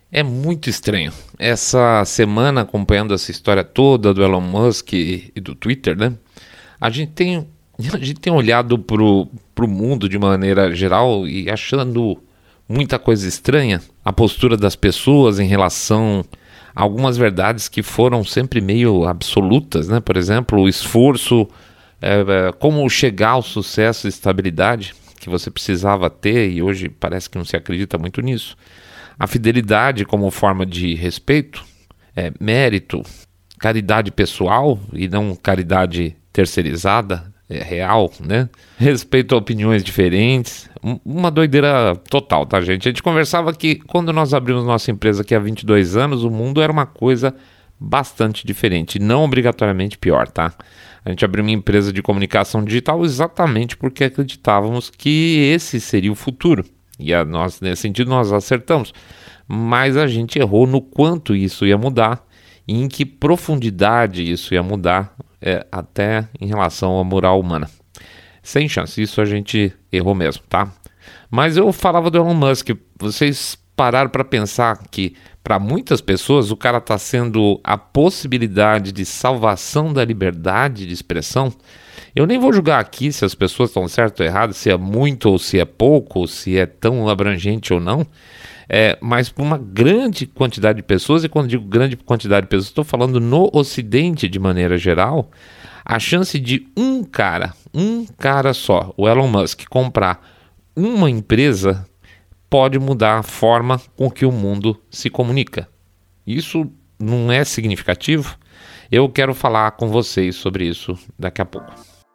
É muito estranho. Essa semana, acompanhando essa história toda do Elon Musk e do Twitter, né? A gente tem olhado pro mundo de maneira geral e achando muita coisa estranha. A postura das pessoas em relação a algumas verdades que foram sempre meio absolutas, né? Por exemplo, o esforço, como chegar ao sucesso e estabilidade que você precisava ter, e hoje parece que não se acredita muito nisso. A fidelidade como forma de respeito, mérito, caridade pessoal e não caridade terceirizada, real, né? Respeito a opiniões diferentes, uma doideira total, tá, gente? A gente conversava que quando nós abrimos nossa empresa aqui há 22 anos, o mundo era uma coisa bastante diferente, não obrigatoriamente pior, tá? A gente abriu uma empresa de comunicação digital exatamente porque acreditávamos que esse seria o futuro. E nós, nesse sentido, nós acertamos. Mas a gente errou no quanto isso ia mudar e em que profundidade isso ia mudar, até em relação à moral humana. Sem chance, isso a gente errou mesmo, tá? Mas eu falava do Elon Musk, vocês pararam para pensar que para muitas pessoas o cara está sendo a possibilidade de salvação da liberdade de expressão. Eu nem vou julgar aqui se as pessoas estão certas ou erradas, se é muito ou se é pouco, se é tão abrangente ou não, mas para uma grande quantidade de pessoas, e quando digo grande quantidade de pessoas, estou falando no Ocidente de maneira geral, a chance de um cara só, o Elon Musk, comprar uma empresa pode mudar a forma com que o mundo se comunica. Isso não é significativo? Eu quero falar com vocês sobre isso daqui a pouco.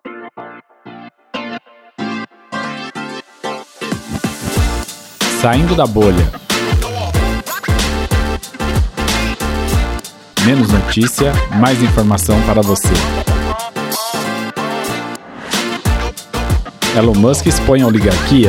Saindo da bolha. Menos notícia, mais informação para você. Elon Musk expõe a oligarquia.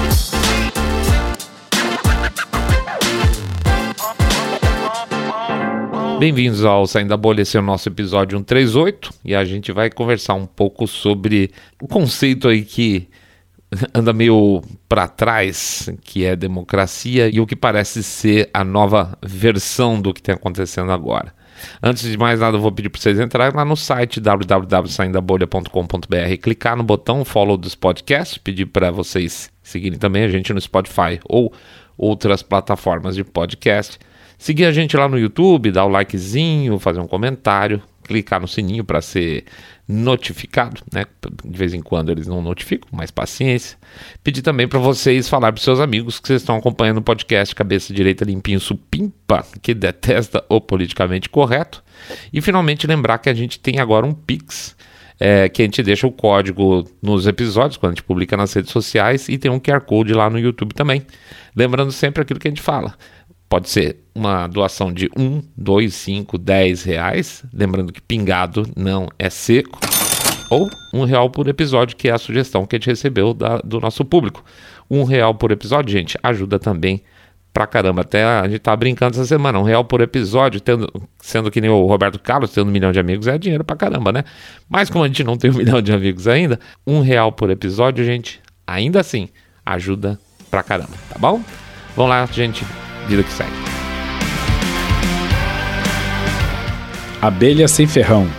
Bem-vindos ao Saindo da Bolha, esse é o nosso episódio 138 e a gente vai conversar um pouco sobre o conceito aí que anda meio para trás, que é democracia, e o que parece ser a nova versão do que está acontecendo agora. Antes de mais nada, eu vou pedir para vocês entrarem lá no site www.saindabolha.com.br, clicar no botão follow dos podcasts, pedir para vocês seguirem também a gente no Spotify ou outras plataformas de podcast. Seguir a gente lá no YouTube, dar o likezinho, fazer um comentário, clicar no sininho para ser notificado, né? De vez em quando eles não notificam, mas paciência. Pedir também para vocês falar para seus amigos que vocês estão acompanhando o podcast Cabeça Direita Limpinho Supimpa, que detesta o politicamente correto. E finalmente lembrar que a gente tem agora um Pix, que a gente deixa o código nos episódios, quando a gente publica nas redes sociais, e tem um QR Code lá no YouTube também. Lembrando sempre aquilo que a gente fala. Pode ser uma doação de 1, 2, 5, 10 reais, lembrando que pingado não é seco, ou R$1 por episódio, que é a sugestão que a gente recebeu do nosso público. R$1 por episódio, gente, ajuda também pra caramba. Até a gente tá brincando essa semana, R$1 por episódio, sendo que nem o Roberto Carlos, tendo 1 milhão de amigos, é dinheiro pra caramba, né? Mas como a gente não tem 1 milhão de amigos ainda, R$1 por episódio, gente, ainda assim, ajuda pra caramba, tá bom? Vamos lá, gente. Vida que segue. Abelha sem ferrão.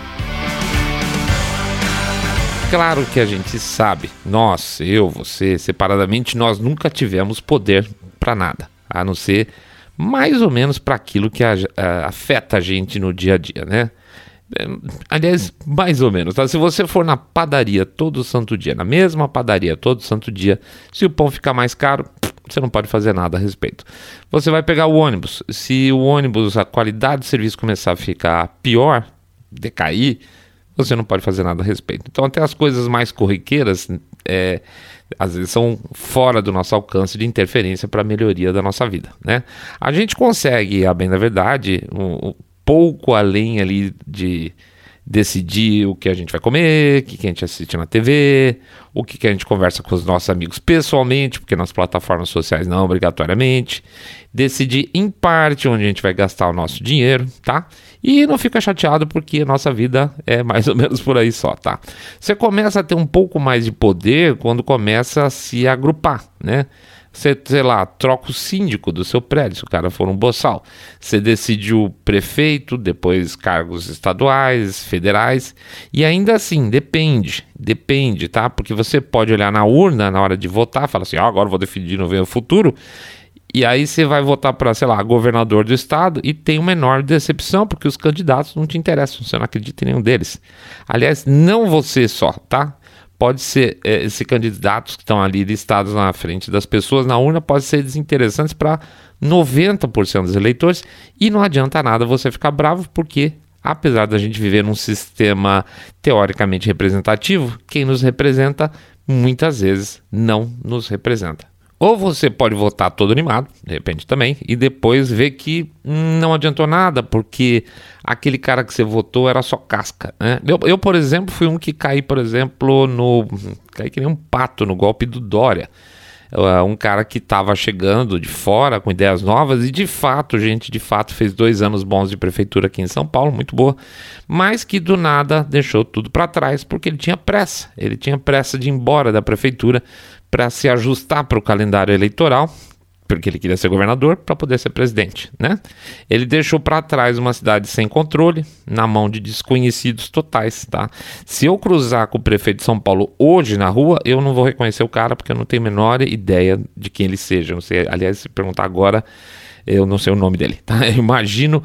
Claro que a gente sabe, nós, eu, você, separadamente, nós nunca tivemos poder para nada, a não ser mais ou menos para aquilo que afeta a gente no dia a dia, né? Aliás, mais ou menos, tá? Se você for na padaria todo santo dia, na mesma padaria todo santo dia, se o pão ficar mais caro, você não pode fazer nada a respeito. Você vai pegar o ônibus. Se o ônibus, a qualidade do serviço começar a ficar pior, decair, você não pode fazer nada a respeito. Então até as coisas mais corriqueiras, às vezes são fora do nosso alcance de interferência para a melhoria da nossa vida, né? A gente consegue, a bem da verdade, um pouco além ali de decidir o que a gente vai comer, o que a gente assiste na TV, o que a gente conversa com os nossos amigos pessoalmente, porque nas plataformas sociais não obrigatoriamente, decidir em parte onde a gente vai gastar o nosso dinheiro, tá? E não fica chateado porque a nossa vida é mais ou menos por aí só, tá? Você começa a ter um pouco mais de poder quando começa a se agrupar, né? Você, sei lá, troca o síndico do seu prédio, se o cara for um boçal. Você decide o prefeito, depois cargos estaduais, federais. E ainda assim, depende, tá? Porque você pode olhar na urna na hora de votar, falar assim, agora vou decidir no futuro. E aí você vai votar para, sei lá, governador do estado e tem uma enorme decepção, porque os candidatos não te interessam, você não acredita em nenhum deles. Aliás, não você só, tá? Pode ser, esses candidatos que estão ali listados na frente das pessoas na urna podem ser desinteressantes para 90% dos eleitores e não adianta nada você ficar bravo porque, apesar da gente viver num sistema teoricamente representativo, quem nos representa muitas vezes não nos representa. Ou você pode votar todo animado, de repente também, e depois ver que não adiantou nada, porque aquele cara que você votou era só casca, né? Eu, por exemplo, fui um que caí, por exemplo, caí que nem um pato no golpe do Dória. Um cara que estava chegando de fora com ideias novas e de fato fez 2 anos bons de prefeitura aqui em São Paulo, muito boa, mas que do nada deixou tudo para trás porque ele tinha pressa de ir embora da prefeitura para se ajustar para o calendário eleitoral, porque ele queria ser governador para poder ser presidente, né? Ele deixou para trás uma cidade sem controle, na mão de desconhecidos totais, tá? Se eu cruzar com o prefeito de São Paulo hoje na rua, eu não vou reconhecer o cara, porque eu não tenho a menor ideia de quem ele seja. Não sei, aliás, se perguntar agora, eu não sei o nome dele, tá? Eu imagino,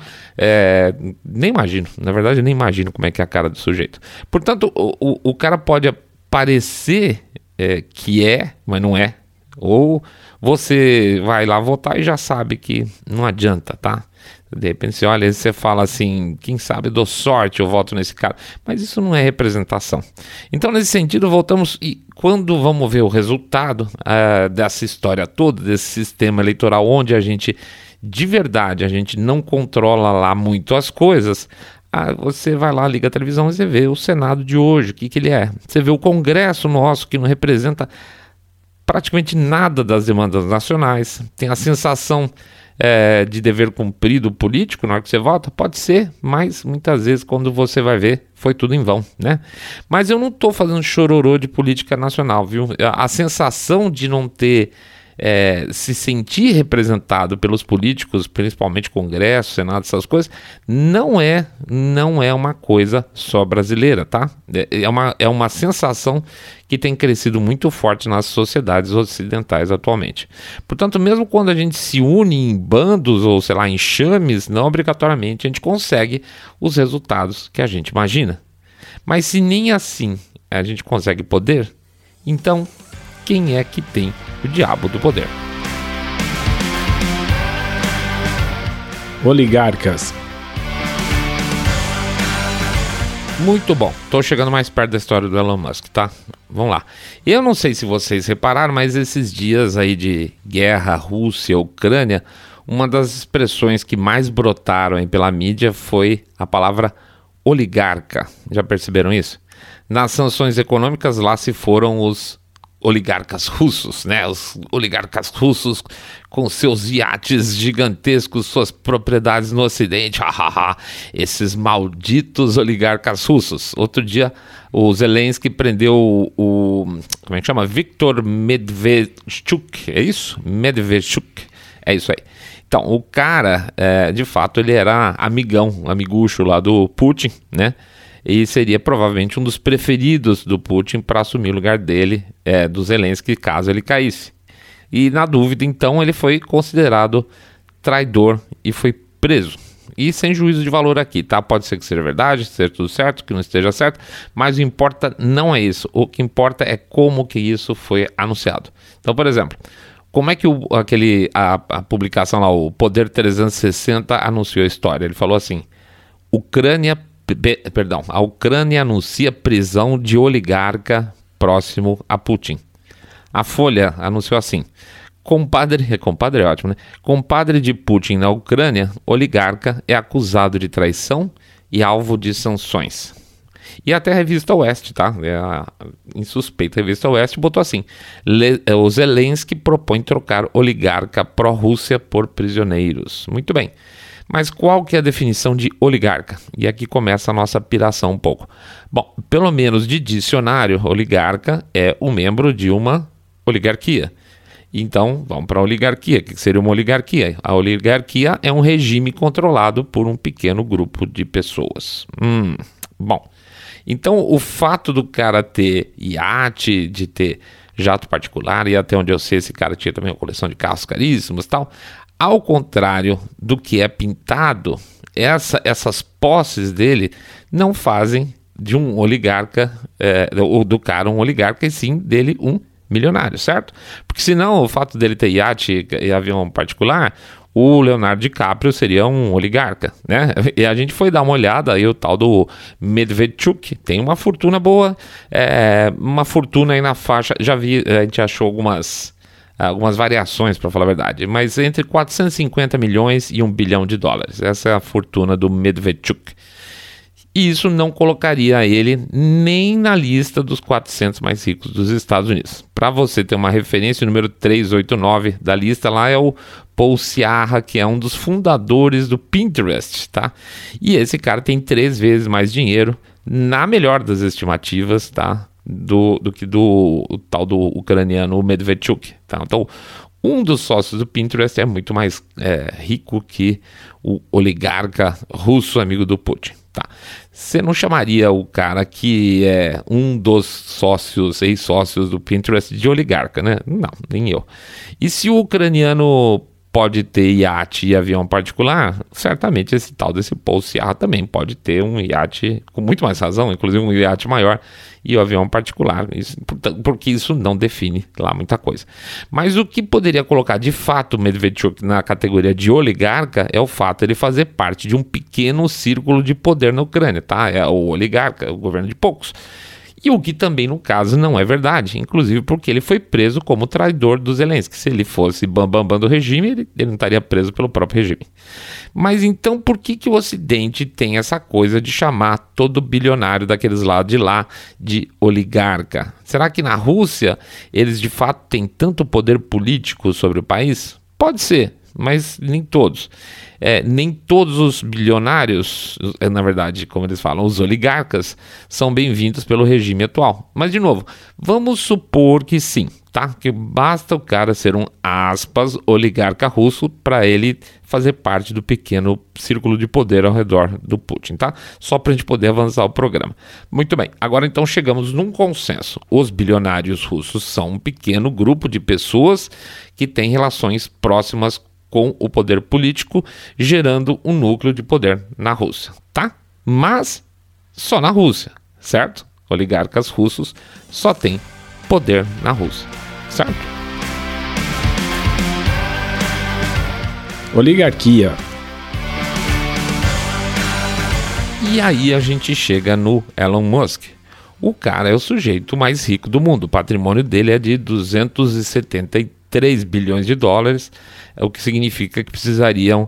nem imagino, na verdade eu nem imagino como é que é a cara do sujeito. Portanto, o cara pode parecer que mas não é. Ou você vai lá votar e já sabe que não adianta, tá? De repente você olha e você fala assim, quem sabe eu dou sorte, eu voto nesse cara. Mas isso não é representação. Então, nesse sentido, voltamos e quando vamos ver o resultado dessa história toda, desse sistema eleitoral onde de verdade, a gente não controla lá muito as coisas, você vai lá, liga a televisão e você vê o Senado de hoje, o que ele é. Você vê o Congresso nosso, que não representa praticamente nada das demandas nacionais, tem a sensação de dever cumprido político na hora que você vota, pode ser, mas muitas vezes quando você vai ver, foi tudo em vão, né? Mas eu não estou fazendo chororô de política nacional, viu? A sensação de não ter se sentir representado pelos políticos, principalmente Congresso, Senado, essas coisas, não é uma coisa só brasileira, tá? É uma sensação que tem crescido muito forte nas sociedades ocidentais atualmente. Portanto, mesmo quando a gente se une em bandos ou, sei lá, em enxames, não obrigatoriamente a gente consegue os resultados que a gente imagina. Mas se nem assim a gente consegue poder, então quem é que tem o diabo do poder? Oligarcas. Muito bom, tô chegando mais perto da história do Elon Musk, tá? Vamos lá. Eu não sei se vocês repararam, mas esses dias aí de guerra Rússia-Ucrânia, uma das expressões que mais brotaram aí pela mídia foi a palavra oligarca. Já perceberam isso? Nas sanções econômicas lá se foram os oligarcas russos, né? Os oligarcas russos com seus iates gigantescos, suas propriedades no Ocidente, esses malditos oligarcas russos. Outro dia, o Zelensky prendeu como é que chama? Viktor Medvedchuk, é isso? Medvedchuk, é isso aí. Então, o cara, de fato, ele era amigucho lá do Putin, né? E seria provavelmente um dos preferidos do Putin para assumir o lugar dele, do Zelensky, caso ele caísse. E na dúvida, então, ele foi considerado traidor e foi preso. E sem juízo de valor aqui, tá? Pode ser que seja verdade, seja tudo certo, que não esteja certo, mas o que importa não é isso. O que importa é como que isso foi anunciado. Então, por exemplo, como é que a publicação lá, o Poder 360, anunciou a história? Ele falou assim: a Ucrânia anuncia prisão de oligarca próximo a Putin. A Folha anunciou assim: compadre é ótimo, né? Compadre de Putin na Ucrânia, oligarca, é acusado de traição e alvo de sanções. E até a Revista Oeste, tá? A insuspeita Revista Oeste botou assim: o Zelensky propõe trocar oligarca pró-Rússia por prisioneiros. Muito bem. Mas qual que é a definição de oligarca? E aqui começa a nossa piração um pouco. Bom, pelo menos de dicionário, oligarca é um membro de uma oligarquia. Então, vamos para a oligarquia. O que seria uma oligarquia? A oligarquia é um regime controlado por um pequeno grupo de pessoas. Bom, então o fato do cara ter iate, de ter jato particular, e até onde eu sei, esse cara tinha também uma coleção de carros caríssimos e tal, ao contrário do que é pintado, essas posses dele não fazem de um oligarca, ou do cara um oligarca, e sim dele um milionário, certo? Porque senão o fato dele ter iate e avião particular, o Leonardo DiCaprio seria um oligarca, né? E a gente foi dar uma olhada aí, o tal do Medvedchuk tem uma fortuna boa, uma fortuna aí na faixa, já vi, a gente achou algumas variações, para falar a verdade, mas entre 450 milhões e $1 bilhão. Essa é a fortuna do Medvedchuk. E isso não colocaria ele nem na lista dos 400 mais ricos dos Estados Unidos. Para você ter uma referência, o número 389 da lista lá é o Paul Sciarra, que é um dos fundadores do Pinterest, tá? E esse cara tem 3 vezes mais dinheiro, na melhor das estimativas, tá? Do que o tal do ucraniano Medvedchuk, tá? Então, um dos sócios do Pinterest é muito mais rico que o oligarca russo amigo do Putin. Tá. Você não chamaria o cara que é um dos sócios, ex-sócios do Pinterest de oligarca, né? Não, nem eu. E se o ucraniano pode ter iate e avião particular, certamente esse tal desse Paul Sciarra também pode ter um iate, com muito mais razão, inclusive um iate maior e o avião particular, porque isso não define lá muita coisa. Mas o que poderia colocar de fato o Medvedchuk na categoria de oligarca é o fato de ele fazer parte de um pequeno círculo de poder na Ucrânia, tá? É o oligarca, o governo de poucos. E o que também, no caso, não é verdade, inclusive porque ele foi preso como traidor do Zelensky. Se ele fosse bambambam do regime, ele não estaria preso pelo próprio regime. Mas então, por que o Ocidente tem essa coisa de chamar todo bilionário daqueles lados de lá de oligarca? Será que na Rússia eles de fato têm tanto poder político sobre o país? Pode ser, mas nem todos. Nem todos os bilionários, na verdade, como eles falam, os oligarcas, são bem-vindos pelo regime atual. Mas, de novo, vamos supor que sim, tá? Que basta o cara ser um, aspas, oligarca russo para ele fazer parte do pequeno círculo de poder ao redor do Putin, tá? Só para a gente poder avançar o programa. Muito bem, agora então chegamos num consenso. Os bilionários russos são um pequeno grupo de pessoas que têm relações próximas com o poder político, gerando um núcleo de poder na Rússia, tá? Mas só na Rússia, certo? Oligarcas russos só têm poder na Rússia, certo? Oligarquia. E aí a gente chega no Elon Musk. O cara é o sujeito mais rico do mundo. O patrimônio dele é de 273 bilhões de dólares, o que significa que precisariam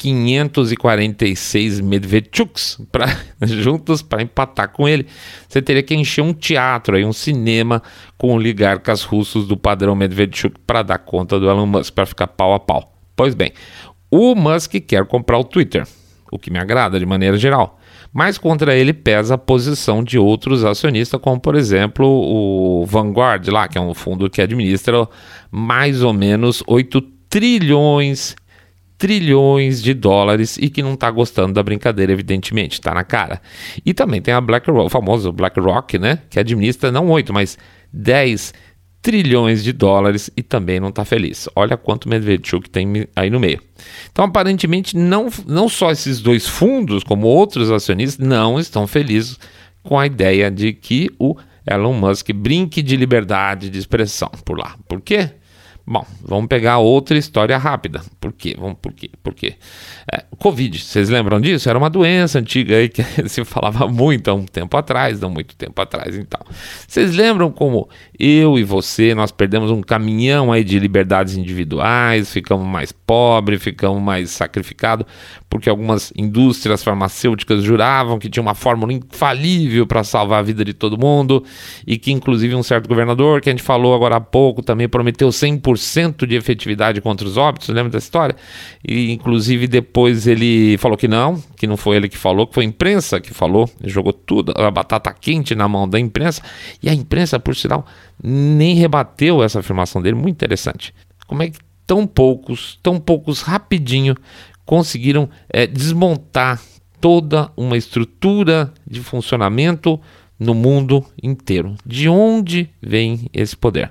546 Medvedchuks juntos para empatar com ele. Você teria que encher um teatro, aí, um cinema com oligarcas russos do padrão Medvedchuk para dar conta do Elon Musk, para ficar pau a pau. Pois bem, o Musk quer comprar o Twitter, o que me agrada de maneira geral. Mas contra ele pesa a posição de outros acionistas, como por exemplo o Vanguard, lá, que é um fundo que administra mais ou menos 8 trilhões de dólares e que não está gostando da brincadeira, evidentemente, está na cara. E também tem a BlackRock, o famoso BlackRock, né, que administra não 8, mas 10 trilhões de dólares e também não está feliz. Olha quanto Medvedchuk tem aí no meio. Então, aparentemente, não só esses dois fundos, como outros acionistas, não estão felizes com a ideia de que o Elon Musk brinque de liberdade de expressão por lá. Por quê? Bom, vamos pegar outra história rápida. Por quê? Por quê? Covid, vocês lembram disso? Era uma doença antiga aí que se falava muito há um tempo atrás, não muito tempo atrás, então. Vocês lembram como eu e você, nós perdemos um caminhão aí de liberdades individuais, ficamos mais pobres, ficamos mais sacrificados, porque algumas indústrias farmacêuticas juravam que tinha uma fórmula infalível para salvar a vida de todo mundo, e que inclusive um certo governador, que a gente falou agora há pouco, também prometeu 100% de efetividade contra os óbitos, lembra dessa história? E inclusive depois ele falou que não foi ele que falou, que foi a imprensa que falou, ele jogou tudo, a batata quente na mão da imprensa, e a imprensa, por sinal, nem rebateu essa afirmação dele, muito interessante. como é que tão poucos rapidinho conseguiram desmontar toda uma estrutura de funcionamento no mundo inteiro. De onde vem esse poder?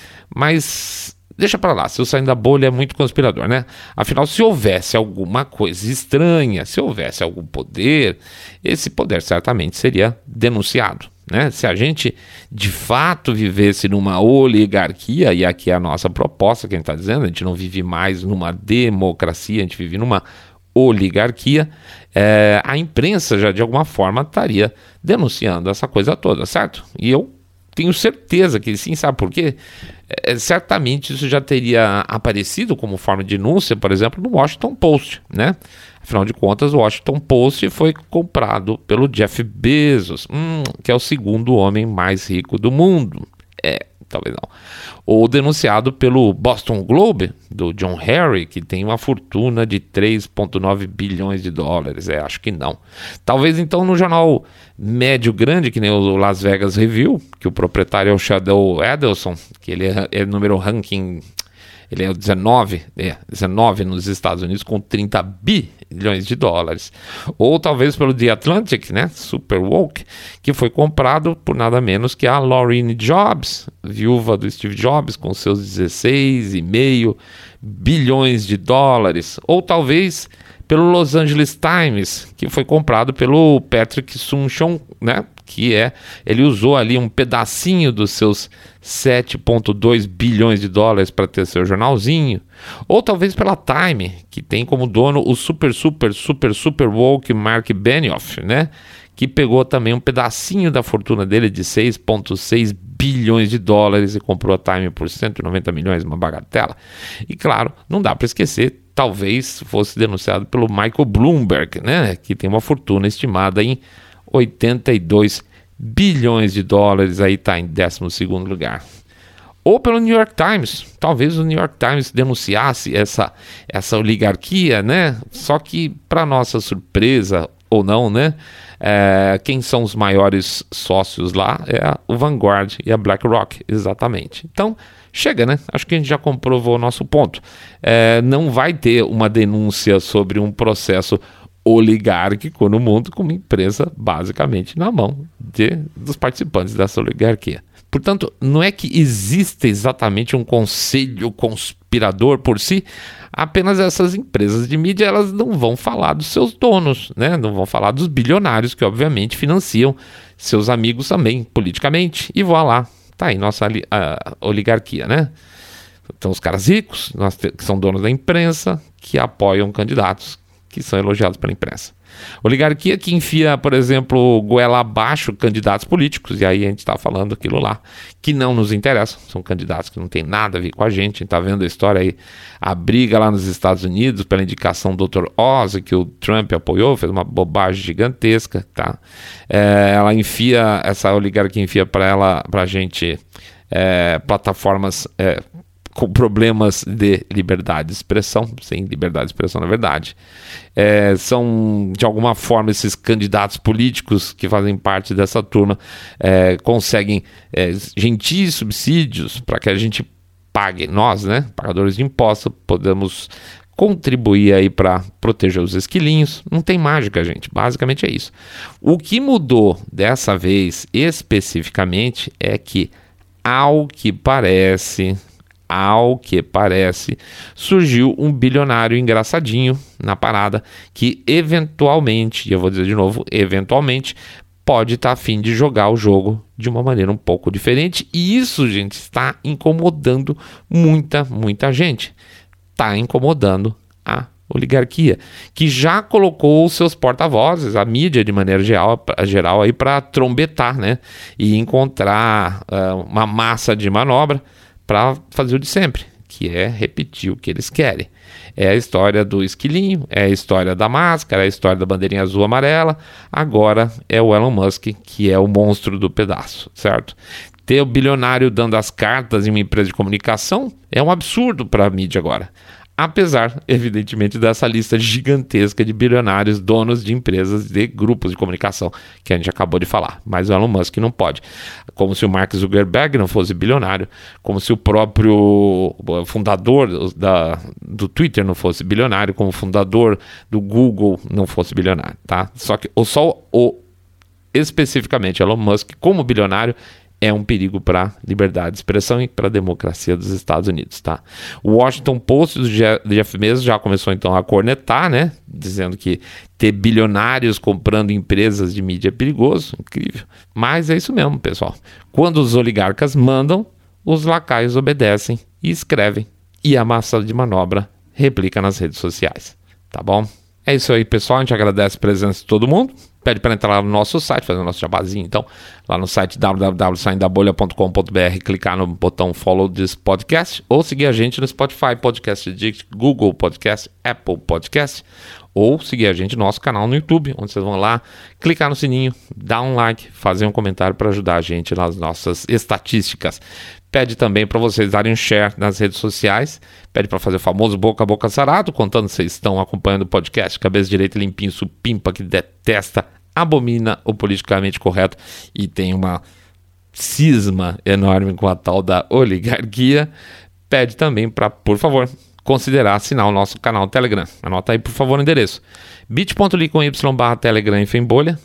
Mas deixa pra lá, se eu sair da bolha é muito conspirador, né? Afinal, se houvesse alguma coisa estranha, se houvesse algum poder, esse poder certamente seria denunciado, né? Se a gente de fato vivesse numa oligarquia, e aqui é a nossa proposta, quem está dizendo, a gente não vive mais numa democracia, a gente vive numa oligarquia, a imprensa já de alguma forma estaria denunciando essa coisa toda, certo? E eu tenho certeza que sim, sabe por quê? Certamente isso já teria aparecido como forma de denúncia, por exemplo, no Washington Post, né? Afinal de contas, o Washington Post foi comprado pelo Jeff Bezos, que é o segundo homem mais rico do mundo. Talvez não. Ou denunciado pelo Boston Globe, do John Harry, que tem uma fortuna de 3,9 bilhões de dólares. Acho que não. Talvez então no jornal médio grande, que nem o Las Vegas Review, que o proprietário é o Shadow Adelson, que ele é número ranking, ele é o 19 nos Estados Unidos, com 30 bilhões de dólares. Ou talvez pelo The Atlantic, né, Super Woke, que foi comprado por nada menos que a Laurene Jobs, viúva do Steve Jobs, com seus 16,5 bilhões de dólares. Ou talvez pelo Los Angeles Times, que foi comprado pelo Patrick Soon-Shiong, né, que ele usou ali um pedacinho dos seus 7,2 bilhões de dólares para ter seu jornalzinho. Ou talvez pela Time, que tem como dono o super woke Mark Benioff, né, que pegou também um pedacinho da fortuna dele de 6,6 bilhões de dólares e comprou a Time por 190 milhões, uma bagatela. E claro, não dá para esquecer, talvez fosse denunciado pelo Michael Bloomberg, né, que tem uma fortuna estimada em 82 bilhões de dólares, aí está em 12º lugar. Ou pelo New York Times, talvez o New York Times denunciasse essa oligarquia, né? Só que, para nossa surpresa ou não, né? Quem são os maiores sócios lá é o Vanguard e a BlackRock, exatamente. Então, chega, né? Acho que a gente já comprovou o nosso ponto. Não vai ter uma denúncia sobre um processo oligárquico no mundo com uma empresa basicamente na mão dos participantes dessa oligarquia. Portanto, não é que exista exatamente um conselho conspirador por si, apenas essas empresas de mídia elas não vão falar dos seus donos, né? Não vão falar dos bilionários que obviamente financiam seus amigos também politicamente, e vão lá, tá aí nossa oligarquia, né? Então os caras ricos, que são donos da imprensa, que apoiam candidatos que são elogiados pela imprensa. Oligarquia que enfia, por exemplo, goela abaixo candidatos políticos, e aí a gente está falando aquilo lá, que não nos interessa, são candidatos que não tem nada a ver com a gente está vendo a história aí, a briga lá nos Estados Unidos pela indicação do Dr. Oz, que o Trump apoiou, fez uma bobagem gigantesca, tá? Essa oligarquia enfia para a gente plataformas com problemas de liberdade de expressão, sem liberdade de expressão na verdade. São, de alguma forma, esses candidatos políticos que fazem parte dessa turma conseguem gentis subsídios para que a gente pague, nós, né, pagadores de impostos, podemos contribuir aí para proteger os esquilinhos. Não tem mágica, gente, basicamente é isso. O que mudou dessa vez especificamente é que, ao que parece, surgiu um bilionário engraçadinho na parada que eventualmente, e eu vou dizer de novo, eventualmente, pode estar a fim de jogar o jogo de uma maneira um pouco diferente. E isso, gente, está incomodando muita gente. Está incomodando a oligarquia, que já colocou os seus porta-vozes, a mídia de maneira geral aí para trombetar, né? E encontrar uma massa de manobra para fazer o de sempre, que é repetir o que eles querem. É a história do esquilinho, é a história da máscara, é a história da bandeirinha azul e amarela. Agora é o Elon Musk, que é o monstro do pedaço, certo? Ter o bilionário dando as cartas em uma empresa de comunicação é um absurdo para a mídia agora. Apesar, evidentemente, dessa lista gigantesca de bilionários, donos de empresas, de grupos de comunicação, que a gente acabou de falar. Mas o Elon Musk não pode. Como se o Mark Zuckerberg não fosse bilionário, como se o próprio fundador do Twitter não fosse bilionário, como o fundador do Google não fosse bilionário, tá? Só que especificamente Elon Musk, como bilionário, é um perigo para a liberdade de expressão e para a democracia dos Estados Unidos, tá? O Washington Post do Jeff Bezos já começou então a cornetar, né? Dizendo que ter bilionários comprando empresas de mídia é perigoso, incrível. Mas é isso mesmo, pessoal. Quando os oligarcas mandam, os lacaios obedecem e escrevem. E a massa de manobra replica nas redes sociais, tá bom? É isso aí, pessoal. A gente agradece a presença de todo mundo. Pede para entrar lá no nosso site, fazer o nosso jabazinho. Então, lá no site www.saindabolha.com.br, clicar no botão Follow This Podcast ou seguir a gente no Spotify, Podcast Addict, Google Podcast, Apple Podcast, ou seguir a gente no nosso canal no YouTube, onde vocês vão lá, clicar no sininho, dar um like, fazer um comentário para ajudar a gente nas nossas estatísticas. Pede também para vocês darem um share nas redes sociais. Pede para fazer o famoso boca a boca sarado, contando que vocês estão acompanhando o podcast Cabeça Direita Limpinho, supimpa, que detesta, abomina o politicamente correto e tem uma cisma enorme com a tal da oligarquia. Pede também para, por favor, considerar assinar o nosso canal do Telegram. Anota aí, por favor, o endereço: bit.ly/Telegram-bolha,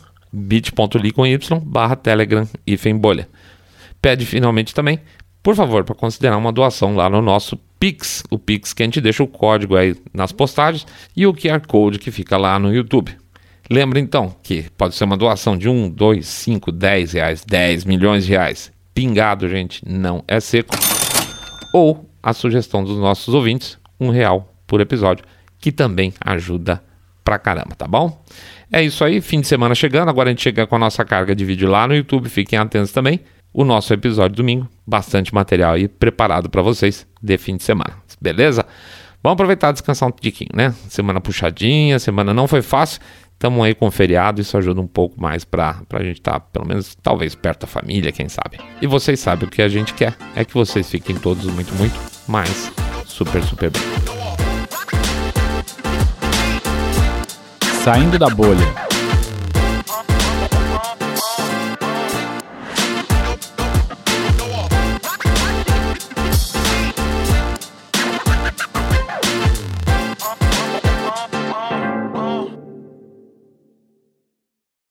bit.ly/Telegram-bolha. Pede finalmente também, por favor, para considerar uma doação lá no nosso Pix. O Pix que a gente deixa o código aí nas postagens e o QR Code que fica lá no YouTube. Lembra então que pode ser uma doação de 1, 2, 5, 10 reais, 10 milhões de reais. Pingado, gente, não é seco. Ou a sugestão dos nossos ouvintes, R$1 por episódio, que também ajuda pra caramba, tá bom? É isso aí, fim de semana chegando. Agora a gente chega com a nossa carga de vídeo lá no YouTube. Fiquem atentos também. O nosso episódio domingo, bastante material aí preparado para vocês de fim de semana, beleza? Vamos aproveitar e descansar um tiquinho, né? Semana puxadinha, semana não foi fácil, estamos aí com feriado, isso ajuda um pouco mais pra gente estar, pelo menos, talvez perto da família, quem sabe. E vocês sabem o que a gente quer, é que vocês fiquem todos muito, muito mais super bem. Saindo da bolha.